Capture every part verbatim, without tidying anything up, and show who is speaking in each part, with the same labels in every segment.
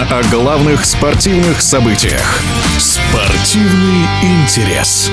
Speaker 1: Программа о главных спортивных событиях. Спортивный интерес.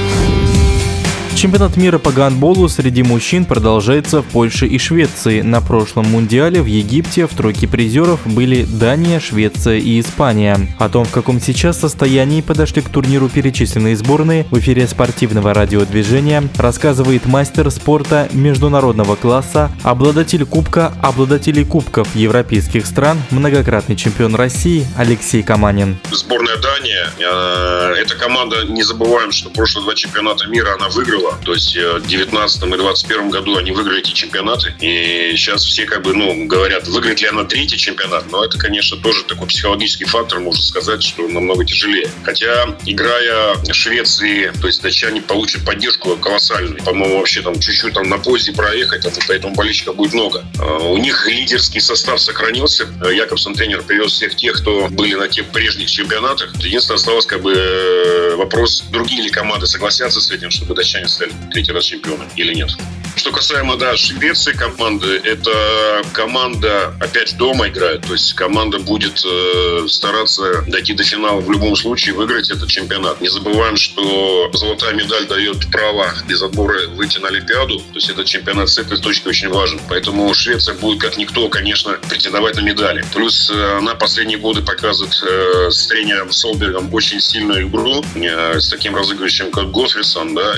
Speaker 2: Чемпионат мира по гандболу среди мужчин продолжается в Польше и Швеции. На прошлом мундиале в Египте в тройке призеров были Дания, Швеция и Испания. О том, в каком сейчас состоянии подошли к турниру перечисленные сборные, в эфире спортивного радиодвижения рассказывает мастер спорта международного класса, обладатель кубка обладателей кубков европейских стран, многократный чемпион России Алексей Каманин.
Speaker 3: Сборная Дания, э, эта команда, не забываем, что прошлые два чемпионата мира она выиграла. То есть в девятнадцатом и двадцать первом году они выиграли эти чемпионаты. И сейчас все как бы, ну, говорят, выиграет ли она третий чемпионат. Но это, конечно, тоже такой психологический фактор, можно сказать, что намного тяжелее. Хотя, играя в Швеции, то есть датчане получат поддержку колоссальную. По-моему, вообще там чуть-чуть там на поезде проехать, поэтому болельщиков будет много. У них лидерский состав сохранился. Якобсон тренер привез всех тех, кто были на тех прежних чемпионатах. Единственное, осталось как бы вопрос, другие ли команды согласятся с этим, чтобы датчане стали третий раз чемпионом или нет. Что касаемо, да, Швеции команды, это команда опять дома играет, то есть команда будет э, стараться дойти до финала в любом случае, выиграть этот чемпионат. Не забываем, что золотая медаль дает право без отбора выйти на Олимпиаду, то есть этот чемпионат с этой точки очень важен. Поэтому Швеция будет как никто, конечно, претендовать на медали. Плюс э, она последние годы показывает э, с тренером Солбергом очень сильную игру, э, с таким разыгрывающим, как Готфридсон, да,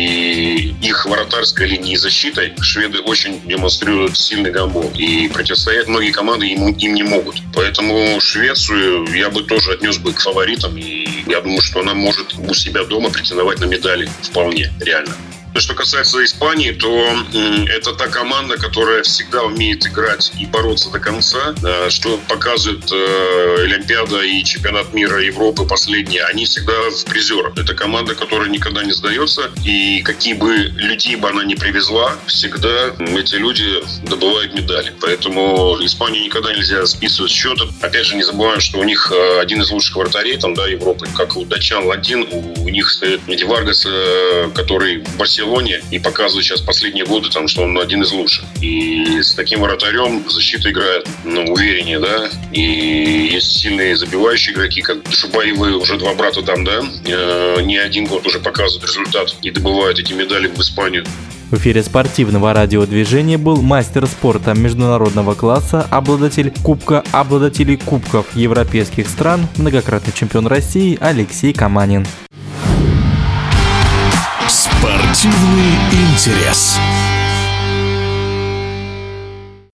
Speaker 3: и их вратарской линии защитой шведы очень демонстрируют сильный гандбол. И противостоять многие команды им, им не могут. Поэтому Швецию я бы тоже отнес бы к фаворитам. И я думаю, что она может у себя дома претендовать на медали вполне реально. Что касается Испании, то это та команда, которая всегда умеет играть и бороться до конца, что показывает Олимпиада и чемпионат мира Европы последние. Они всегда в призерах. Это команда, которая никогда не сдается. И какие бы людей бы она ни привезла, всегда эти люди добывают медали. Поэтому Испанию никогда нельзя списывать с счета. Опять же, не забываем, что у них один из лучших вратарей там, да, Европы. Как у датчан Ладин, у них стоит Эдди Варгас, который в Барселоне и показывает сейчас последние годы, там, что он один из лучших. И с таким вратарем защита играет, ну, увереннее, да. И есть сильные забивающие игроки, как Шубаевы, уже два брата там, да. Э, не один год уже показывают результат и добывают эти медали в Испанию.
Speaker 2: В эфире спортивного радиодвижения был мастер спорта международного класса, обладатель кубка обладателей кубков европейских стран, многократный чемпион России Алексей Каманин.
Speaker 1: Спортивный интерес.